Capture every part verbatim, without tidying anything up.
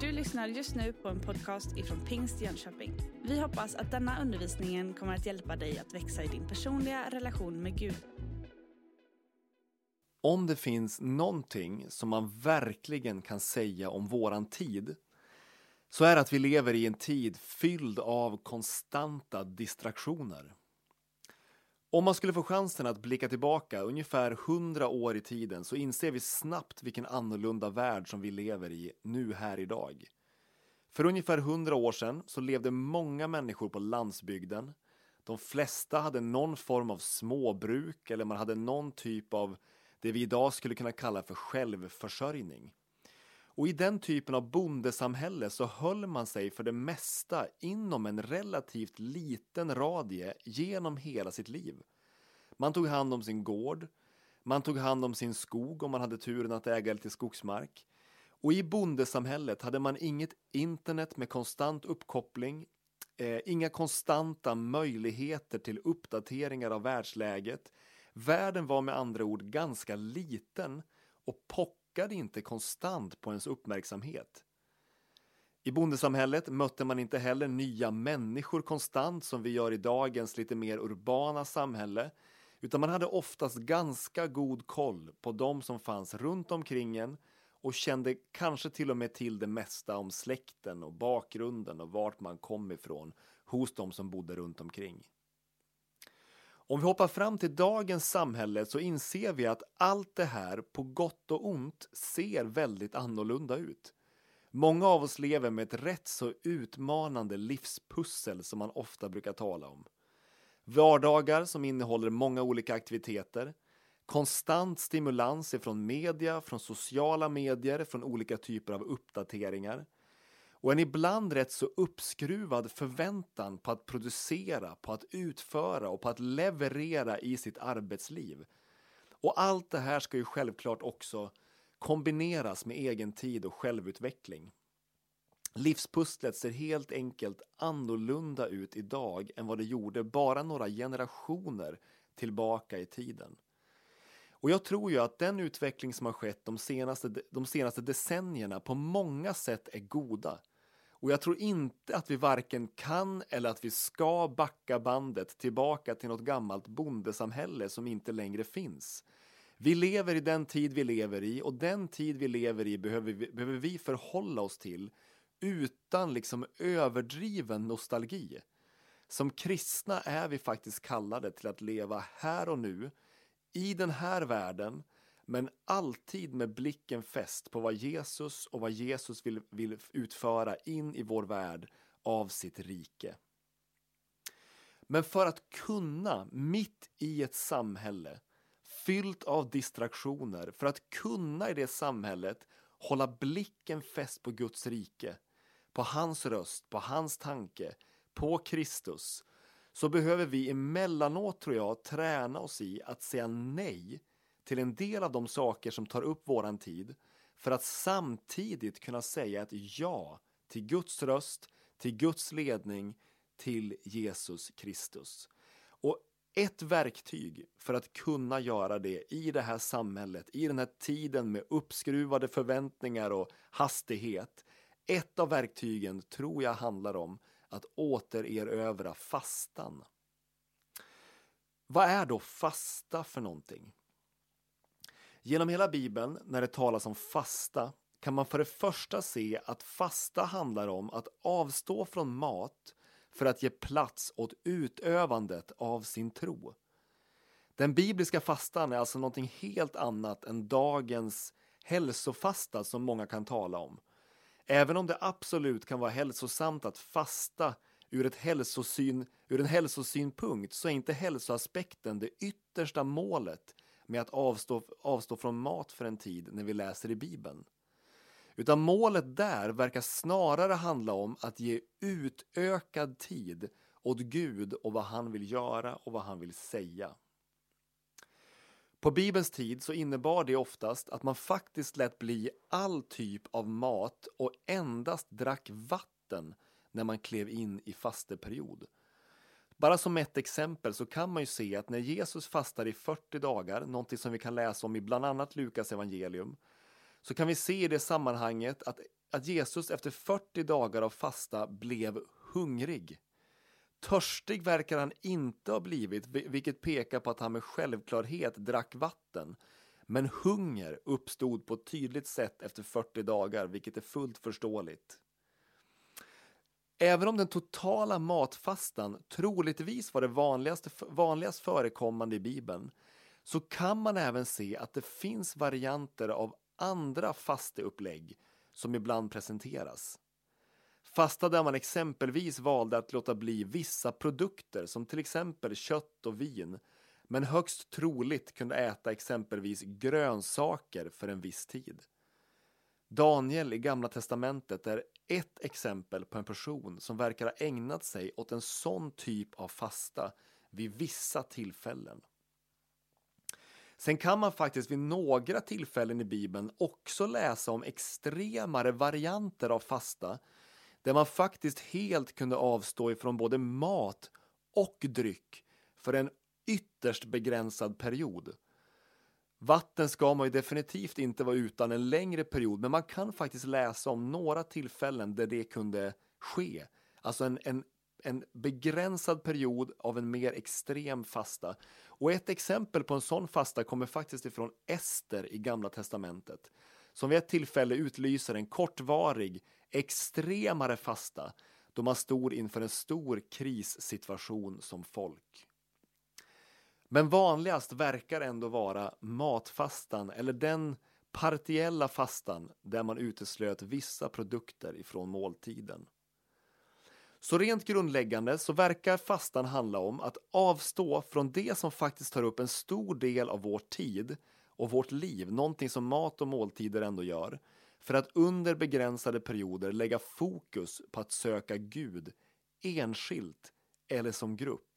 Du lyssnar just nu på en podcast ifrån Pingst Jönköping. Vi hoppas att denna undervisning kommer att hjälpa dig att växa i din personliga relation med Gud. Om det finns någonting som man verkligen kan säga om våran tid, så är det att vi lever i en tid fylld av konstanta distraktioner. Om man skulle få chansen att blicka tillbaka ungefär hundra år i tiden, så inser vi snabbt vilken annorlunda värld som vi lever i nu här idag. För ungefär hundra år sedan så levde många människor på landsbygden. De flesta hade någon form av småbruk, eller man hade någon typ av det vi idag skulle kunna kalla för självförsörjning. Och i den typen av bondesamhälle så höll man sig för det mesta inom en relativt liten radie genom hela sitt liv. Man tog hand om sin gård, man tog hand om sin skog om man hade turen att äga lite skogsmark. Och i bondesamhället hade man inget internet med konstant uppkoppling, eh, inga konstanta möjligheter till uppdateringar av världsläget. Världen var med andra ord ganska liten och pockade inte konstant på ens uppmärksamhet. I bondesamhället mötte man inte heller nya människor konstant som vi gör i dagens lite mer urbana samhälle, utan man hade oftast ganska god koll på de som fanns runt omkring en och kände kanske till och med till det mesta om släkten och bakgrunden och vart man kom ifrån hos de som bodde runt omkring. Om vi hoppar fram till dagens samhälle så inser vi att allt det här på gott och ont ser väldigt annorlunda ut. Många av oss lever med ett rätt så utmanande livspussel som man ofta brukar tala om. Vardagar som innehåller många olika aktiviteter, konstant stimulans från media, från sociala medier, från olika typer av uppdateringar. Och en ibland rätt så uppskruvad förväntan på att producera, på att utföra och på att leverera i sitt arbetsliv. Och allt det här ska ju självklart också kombineras med egen tid och självutveckling. Livspusslet ser helt enkelt annorlunda ut idag än vad det gjorde bara några generationer tillbaka i tiden. Och jag tror ju att den utveckling som har skett de senaste, de senaste decennierna på många sätt är goda. Och jag tror inte att vi varken kan eller att vi ska backa bandet tillbaka till något gammalt bondesamhälle som inte längre finns. Vi lever i den tid vi lever i, och den tid vi lever i behöver vi, behöver vi förhålla oss till utan liksom överdriven nostalgi. Som kristna är vi faktiskt kallade till att leva här och nu i den här världen, men alltid med blicken fäst på vad Jesus och vad Jesus vill, vill utföra in i vår värld av sitt rike. Men för att kunna mitt i ett samhälle fyllt av distraktioner, för att kunna i det samhället hålla blicken fäst på Guds rike, på hans röst, på hans tanke, på Kristus, så behöver vi emellanåt, tror jag, träna oss i att säga nej till en del av de saker som tar upp våran tid, för att samtidigt kunna säga ett ja till Guds röst, till Guds ledning, till Jesus Kristus. Och ett verktyg för att kunna göra det i det här samhället, i den här tiden med uppskruvade förväntningar och hastighet, ett av verktygen tror jag handlar om att återerövra fastan. Vad är då fasta för någonting? Genom hela Bibeln, när det talas om fasta, kan man för det första se att fasta handlar om att avstå från mat för att ge plats åt utövandet av sin tro. Den bibliska fastan är alltså någonting helt annat än dagens hälsofasta som många kan tala om. Även om det absolut kan vara hälsosamt att fasta ur, ett hälsosyn, ur en hälsosynpunkt, så är inte hälsoaspekten det yttersta målet med att avstå, avstå från mat för en tid när vi läser i Bibeln. Utan målet där verkar snarare handla om att ge utökad tid åt Gud och vad han vill göra och vad han vill säga. På Bibelns tid så innebar det oftast att man faktiskt lät bli all typ av mat och endast drack vatten när man klev in i fasteperiod. Bara som ett exempel så kan man ju se att när Jesus fastar i fyrtio dagar, någonting som vi kan läsa om i bland annat Lukas evangelium, så kan vi se i det sammanhanget att, att Jesus efter fyrtio dagar av fasta blev hungrig. Törstig verkar han inte ha blivit, vilket pekar på att han med självklarhet drack vatten. Men hunger uppstod på ett tydligt sätt efter fyrtio dagar, vilket är fullt förståeligt. Även om den totala matfastan troligtvis var det vanligaste, vanligast förekommande i Bibeln, så kan man även se att det finns varianter av andra fasteupplägg som ibland presenteras. Fasta där man exempelvis valde att låta bli vissa produkter som till exempel kött och vin, men högst troligt kunde äta exempelvis grönsaker för en viss tid. Daniel i Gamla testamentet är ett exempel på en person som verkar ha ägnat sig åt en sån typ av fasta vid vissa tillfällen. Sen kan man faktiskt vid några tillfällen i Bibeln också läsa om extremare varianter av fasta, där man faktiskt helt kunde avstå ifrån både mat och dryck för en ytterst begränsad period. Vatten ska man ju definitivt inte vara utan en längre period, men man kan faktiskt läsa om några tillfällen där det kunde ske. Alltså en, en, en begränsad period av en mer extrem fasta. Och ett exempel på en sån fasta kommer faktiskt ifrån Ester i Gamla testamentet, som vid ett tillfälle utlyser en kortvarig, extremare fasta då man stod inför en stor krissituation som folk. Men vanligast verkar ändå vara matfastan eller den partiella fastan där man uteslöt vissa produkter ifrån måltiden. Så rent grundläggande så verkar fastan handla om att avstå från det som faktiskt tar upp en stor del av vår tid och vårt liv, någonting som mat och måltider ändå gör, för att under begränsade perioder lägga fokus på att söka Gud enskilt eller som grupp.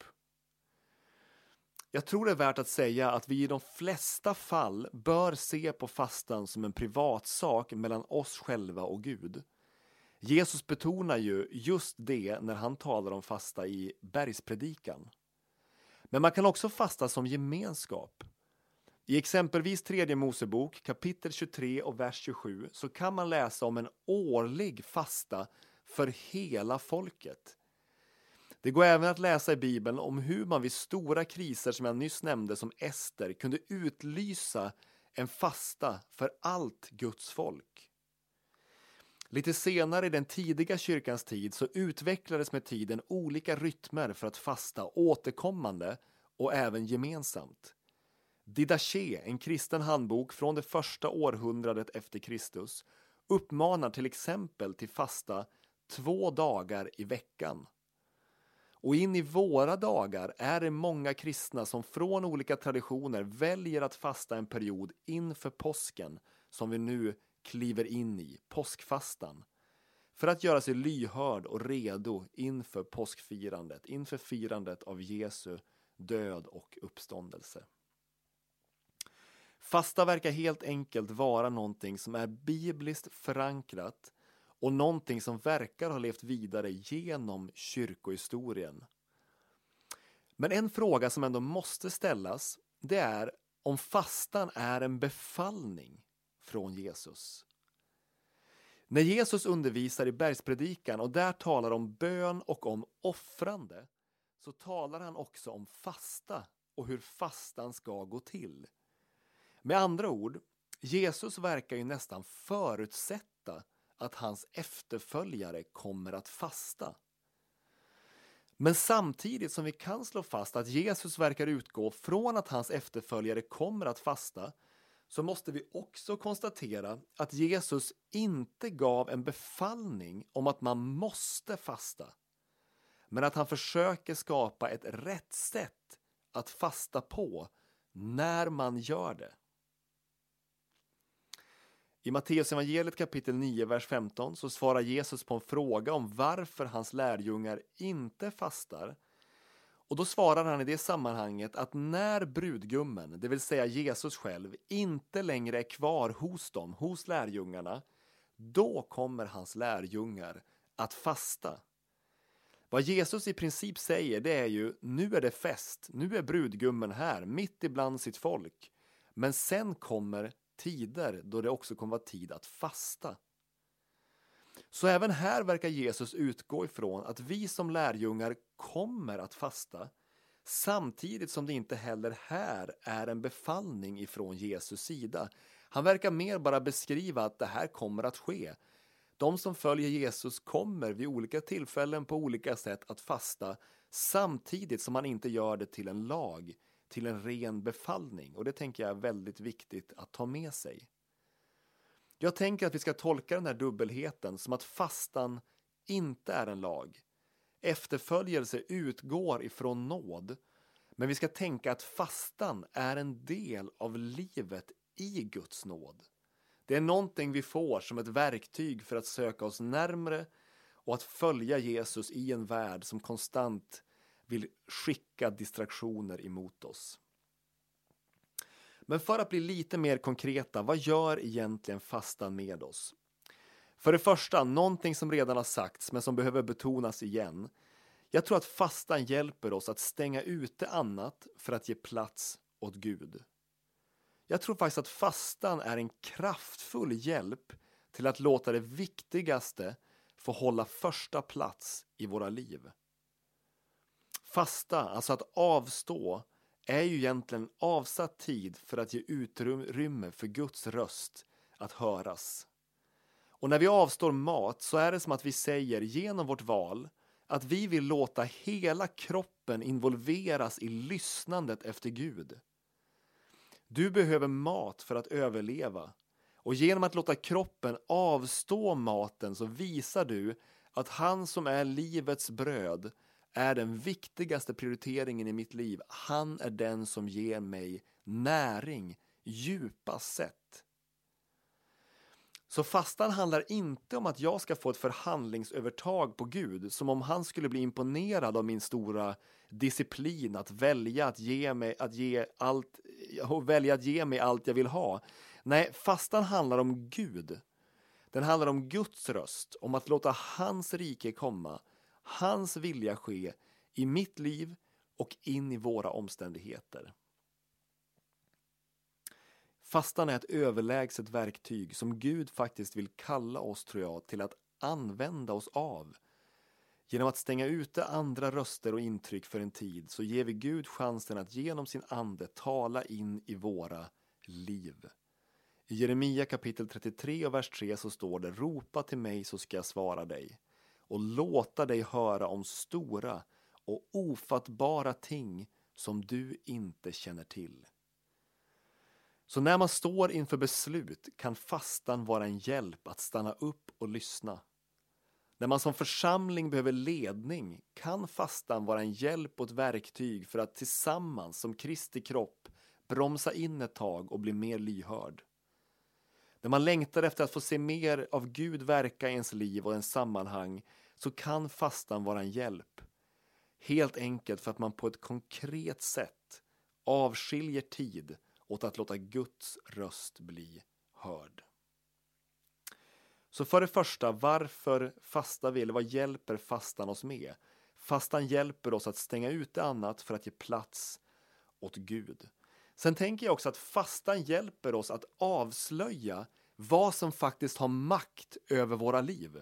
Jag tror det är värt att säga att vi i de flesta fall bör se på fastan som en privatsak mellan oss själva och Gud. Jesus betonar ju just det när han talar om fasta i bergspredikan. Men man kan också fasta som gemenskap. I exempelvis tredje Mosebok kapitel tjugotre och vers tjugosju så kan man läsa om en årlig fasta för hela folket. Det går även att läsa i Bibeln om hur man vid stora kriser som jag nyss nämnde som Ester kunde utlysa en fasta för allt Guds folk. Lite senare i den tidiga kyrkans tid så utvecklades med tiden olika rytmer för att fasta återkommande och även gemensamt. Didache, en kristen handbok från det första århundradet efter Kristus, uppmanar till exempel till fasta två dagar i veckan. Och in i våra dagar är det många kristna som från olika traditioner väljer att fasta en period inför påsken som vi nu kliver in i, påskfastan, för att göra sig lyhörd och redo inför påskfirandet, inför firandet av Jesu död och uppståndelse. Fasta verkar helt enkelt vara någonting som är bibliskt förankrat och någonting som verkar ha levt vidare genom kyrkohistorien. Men en fråga som ändå måste ställas, det är om fastan är en befallning från Jesus. När Jesus undervisar i bergspredikan och där talar om bön och om offrande, så talar han också om fasta och hur fastan ska gå till. Med andra ord, Jesus verkar ju nästan förutsätta att hans efterföljare kommer att fasta. Men samtidigt som vi kan slå fast att Jesus verkar utgå från att hans efterföljare kommer att fasta, så måste vi också konstatera att Jesus inte gav en befallning om att man måste fasta, men att han försöker skapa ett rätt sätt att fasta på när man gör det. I Matteus evangeliet kapitel nio, vers femton så svarar Jesus på en fråga om varför hans lärjungar inte fastar. Och då svarar han i det sammanhanget att när brudgummen, det vill säga Jesus själv, inte längre är kvar hos dem, hos lärjungarna, då kommer hans lärjungar att fasta. Vad Jesus i princip säger, det är ju, nu är det fest, nu är brudgummen här, mitt ibland sitt folk. Men sen kommer tider då det också kommer vara tid att fasta. Så även här verkar Jesus utgå ifrån att vi som lärjungar kommer att fasta, samtidigt som det inte heller här är en befallning ifrån Jesus sida. Han verkar mer bara beskriva att det här kommer att ske. De som följer Jesus kommer vid olika tillfällen på olika sätt att fasta, samtidigt som man inte gör det till en lag, till en ren befallning. Och det tänker jag är väldigt viktigt att ta med sig. Jag tänker att vi ska tolka den här dubbelheten som att fastan inte är en lag. Efterföljelse utgår ifrån nåd, men vi ska tänka att fastan är en del av livet i Guds nåd. Det är någonting vi får som ett verktyg för att söka oss närmare och att följa Jesus i en värld som konstant vill skicka distraktioner emot oss. Men för att bli lite mer konkreta, vad gör egentligen fastan med oss? För det första, någonting som redan har sagts men som behöver betonas igen. Jag tror att fastan hjälper oss att stänga ute annat för att ge plats åt Gud. Jag tror faktiskt att fastan är en kraftfull hjälp till att låta det viktigaste få hålla första plats i våra liv. Fasta, alltså att avstå, är ju egentligen avsatt tid för att ge utrymme för Guds röst att höras. Och när vi avstår mat så är det som att vi säger genom vårt val att vi vill låta hela kroppen involveras i lyssnandet efter Gud. Du behöver mat för att överleva, och genom att låta kroppen avstå maten så visar du att han som är livets bröd är den viktigaste prioriteringen i mitt liv. Han är den som ger mig näring djupast sett. Så fastan handlar inte om att jag ska få ett förhandlingsövertag på Gud, som om han skulle bli imponerad av min stora disciplin att välja att ge mig att ge allt och välja att ge mig allt jag vill ha. Nej, fastan handlar om Gud. Den handlar om Guds röst, om att låta hans rike komma, hans vilja ske i mitt liv och in i våra omständigheter. Fastan är ett överlägset verktyg som Gud faktiskt vill kalla oss, tror jag, till att använda oss av. Genom att stänga ute andra röster och intryck för en tid så ger vi Gud chansen att genom sin ande tala in i våra liv. I Jeremia kapitel trettiotre och vers tre så står det: ropa till mig så ska jag svara dig och låta dig höra om stora och ofattbara ting som du inte känner till. Så när man står inför beslut kan fastan vara en hjälp att stanna upp och lyssna. När man som församling behöver ledning kan fastan vara en hjälp och ett verktyg för att tillsammans som Kristi kropp bromsa in ett tag och bli mer lyhörd. När man längtar efter att få se mer av Gud verka i ens liv och en sammanhang så kan fastan vara en hjälp. Helt enkelt för att man på ett konkret sätt avskiljer tid åt att låta Guds röst bli hörd. Så för det första, varför fastar vi, eller vad hjälper fastan oss med? Fastan hjälper oss att stänga ute annat för att ge plats åt Gud. Sen tänker jag också att fastan hjälper oss att avslöja vad som faktiskt har makt över våra liv.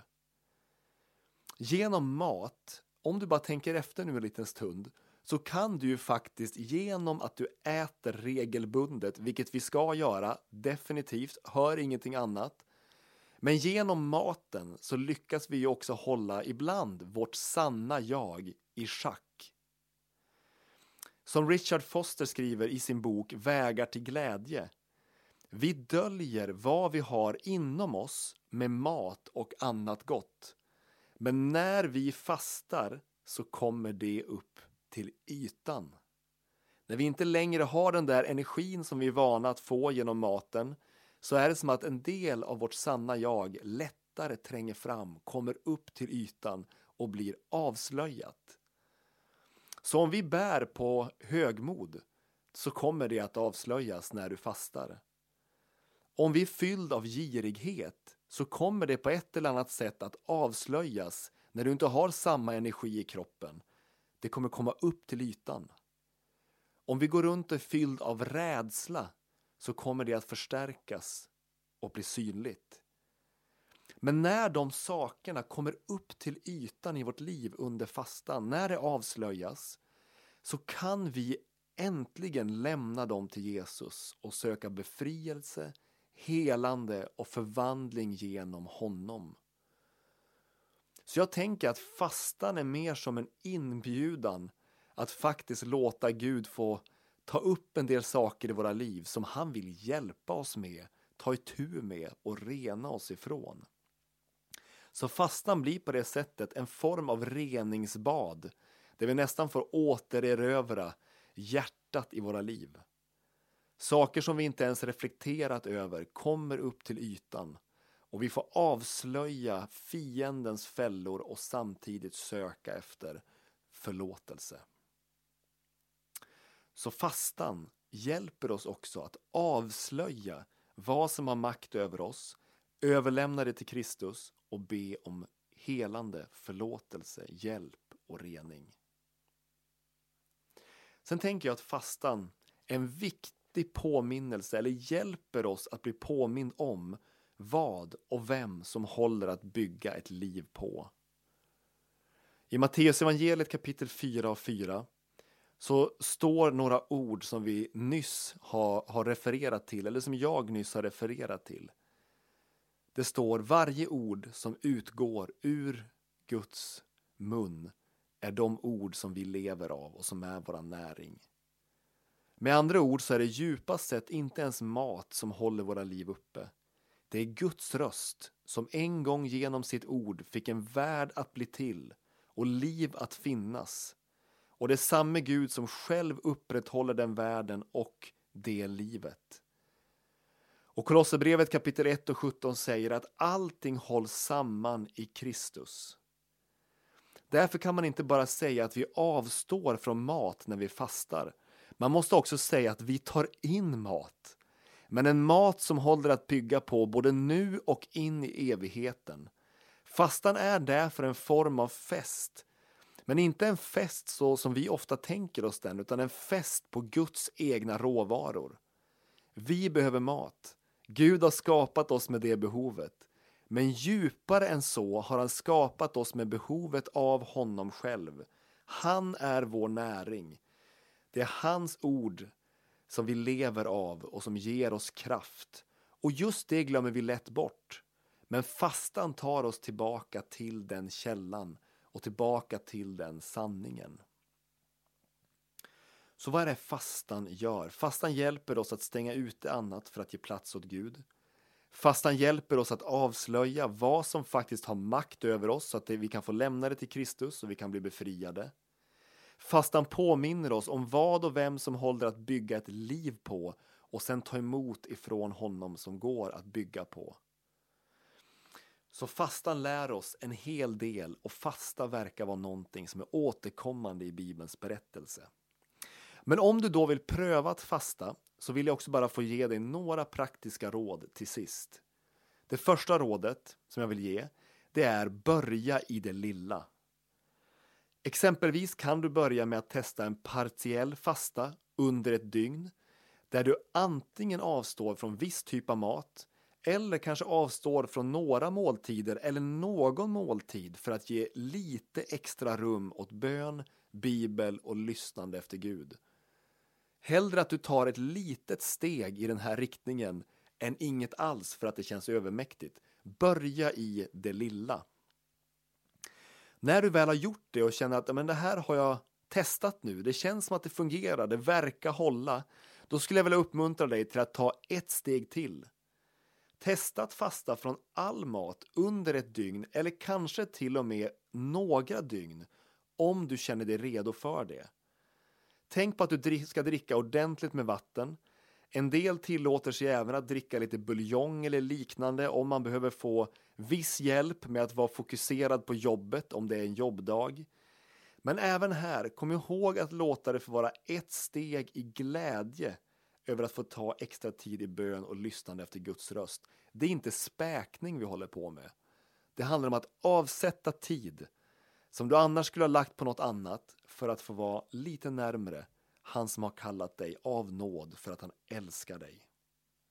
Genom mat, om du bara tänker efter nu en liten stund, så kan du ju faktiskt genom att du äter regelbundet, vilket vi ska göra, definitivt, hör ingenting annat. Men genom maten så lyckas vi ju också hålla ibland vårt sanna jag i schack. Som Richard Foster skriver i sin bok Vägar till glädje: vi döljer vad vi har inom oss med mat och annat gott. Men när vi fastar så kommer det upp till ytan. När vi inte längre har den där energin som vi är vana att få genom maten, så är det som att en del av vårt sanna jag lättare tränger fram, kommer upp till ytan och blir avslöjat. Så om vi bär på högmod så kommer det att avslöjas när du fastar. Om vi är fylld av girighet så kommer det på ett eller annat sätt att avslöjas när du inte har samma energi i kroppen. Det kommer komma upp till ytan. Om vi går runt och är fylld av rädsla så kommer det att förstärkas och bli synligt. Men när de sakerna kommer upp till ytan i vårt liv under fastan, när det avslöjas, så kan vi äntligen lämna dem till Jesus och söka befrielse, helande och förvandling genom honom. Så jag tänker att fastan är mer som en inbjudan att faktiskt låta Gud få ta upp en del saker i våra liv som han vill hjälpa oss med, ta itu med och rena oss ifrån. Så fastan blir på det sättet en form av reningsbad där vi nästan får återerövra hjärtat i våra liv. Saker som vi inte ens reflekterat över kommer upp till ytan och vi får avslöja fiendens fällor och samtidigt söka efter förlåtelse. Så fastan hjälper oss också att avslöja vad som har makt över oss, överlämna det till Kristus och be om helande, förlåtelse, hjälp och rening. Sen tänker jag att fastan är en viktig påminnelse eller hjälper oss att bli påmind om vad och vem som håller att bygga ett liv på. I Matteus evangeliet kapitel fyra och fyra så står några ord som vi nyss har, har refererat till, eller som jag nyss har refererat till. Det står: varje ord som utgår ur Guds mun är de ord som vi lever av och som är vår näring. Med andra ord så är det djupast sett inte ens mat som håller våra liv uppe. Det är Guds röst som en gång genom sitt ord fick en värld att bli till och liv att finnas. Och det är samma Gud som själv upprätthåller den världen och det livet. Och Kolosserbrevet kapitel ett och sjutton säger att allting hålls samman i Kristus. Därför kan man inte bara säga att vi avstår från mat när vi fastar. Man måste också säga att vi tar in mat. Men en mat som håller att bygga på både nu och in i evigheten. Fastan är därför en form av fest. Men inte en fest så som vi ofta tänker oss den, utan en fest på Guds egna råvaror. Vi behöver mat. Gud har skapat oss med det behovet. Men djupare än så har han skapat oss med behovet av honom själv. Han är vår näring. Det är hans ord som vi lever av och som ger oss kraft. Och just det glömmer vi lätt bort. Men fastan tar oss tillbaka till den källan och tillbaka till den sanningen. Så vad är det fastan gör? Fastan hjälper oss att stänga ute annat för att ge plats åt Gud. Fastan hjälper oss att avslöja vad som faktiskt har makt över oss så att vi kan få lämna det till Kristus och vi kan bli befriade. Fastan påminner oss om vad och vem som håller att bygga ett liv på och sen ta emot ifrån honom som går att bygga på. Så fastan lär oss en hel del och fasta verkar vara någonting som är återkommande i Bibelns berättelse. Men om du då vill pröva att fasta så vill jag också bara få ge dig några praktiska råd till sist. Det första rådet som jag vill ge, det är börja i det lilla. Exempelvis kan du börja med att testa en partiell fasta under ett dygn där du antingen avstår från viss typ av mat eller kanske avstår från några måltider eller någon måltid för att ge lite extra rum åt bön, bibel och lyssnande efter Gud. Hellre att du tar ett litet steg i den här riktningen än inget alls för att det känns övermäktigt. Börja i det lilla. När du väl har gjort det och känner att men det här har jag testat nu, det känns som att det fungerar, det verkar hålla, då skulle jag vilja uppmuntra dig till att ta ett steg till. Testa att fasta från all mat under ett dygn eller kanske till och med några dygn om du känner dig redo för det. Tänk på att du ska dricka ordentligt med vatten. En del tillåter sig även att dricka lite buljong eller liknande om man behöver få viss hjälp med att vara fokuserad på jobbet om det är en jobbdag. Men även här, kom ihåg att låta det få vara ett steg i glädje över att få ta extra tid i bön och lyssnande efter Guds röst. Det är inte späkning vi håller på med. Det handlar om att avsätta tid som du annars skulle ha lagt på något annat för att få vara lite närmare han som har kallat dig av nåd för att han älskar dig.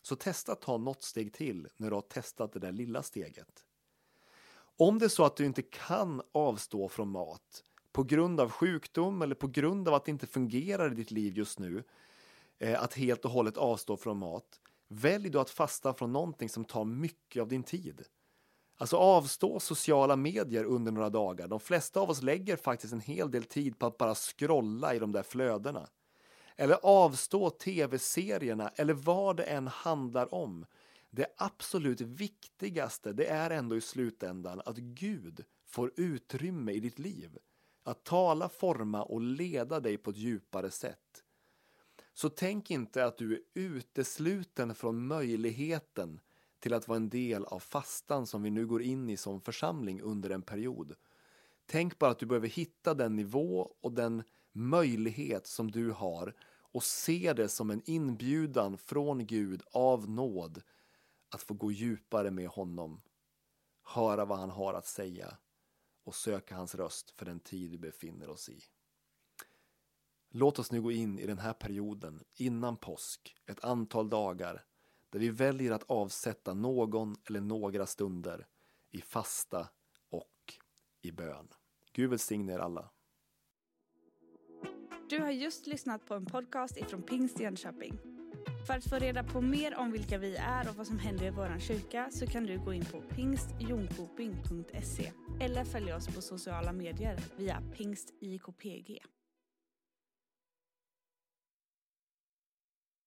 Så testa att ta något steg till när du har testat det där lilla steget. Om det är så att du inte kan avstå från mat på grund av sjukdom eller på grund av att det inte fungerar i ditt liv just nu, eh, att helt och hållet avstå från mat, välj då att fasta från någonting som tar mycket av din tid. Alltså avstå sociala medier under några dagar. De flesta av oss lägger faktiskt en hel del tid på att bara scrolla i de där flödena. Eller avstå tv-serierna eller vad det än handlar om. Det absolut viktigaste, det är ändå i slutändan att Gud får utrymme i ditt liv. Att tala, forma och leda dig på ett djupare sätt. Så tänk inte att du är utesluten från möjligheten till att vara en del av fastan som vi nu går in i som församling under en period. Tänk bara att du behöver hitta den nivå och den möjlighet som du har och se det som en inbjudan från Gud av nåd att få gå djupare med honom, höra vad han har att säga och söka hans röst för den tid vi befinner oss i. Låt oss nu gå in i den här perioden innan påsk, ett antal dagar där vi väljer att avsätta någon eller några stunder i fasta och i bön. Gud välsigne er alla. Du har just lyssnat på en podcast ifrån Pingst Jönköping. För att få reda på mer om vilka vi är och vad som händer i våran kyrka så kan du gå in på pingst jonkoping punkt se eller följa oss på sociala medier via pingst I K P G.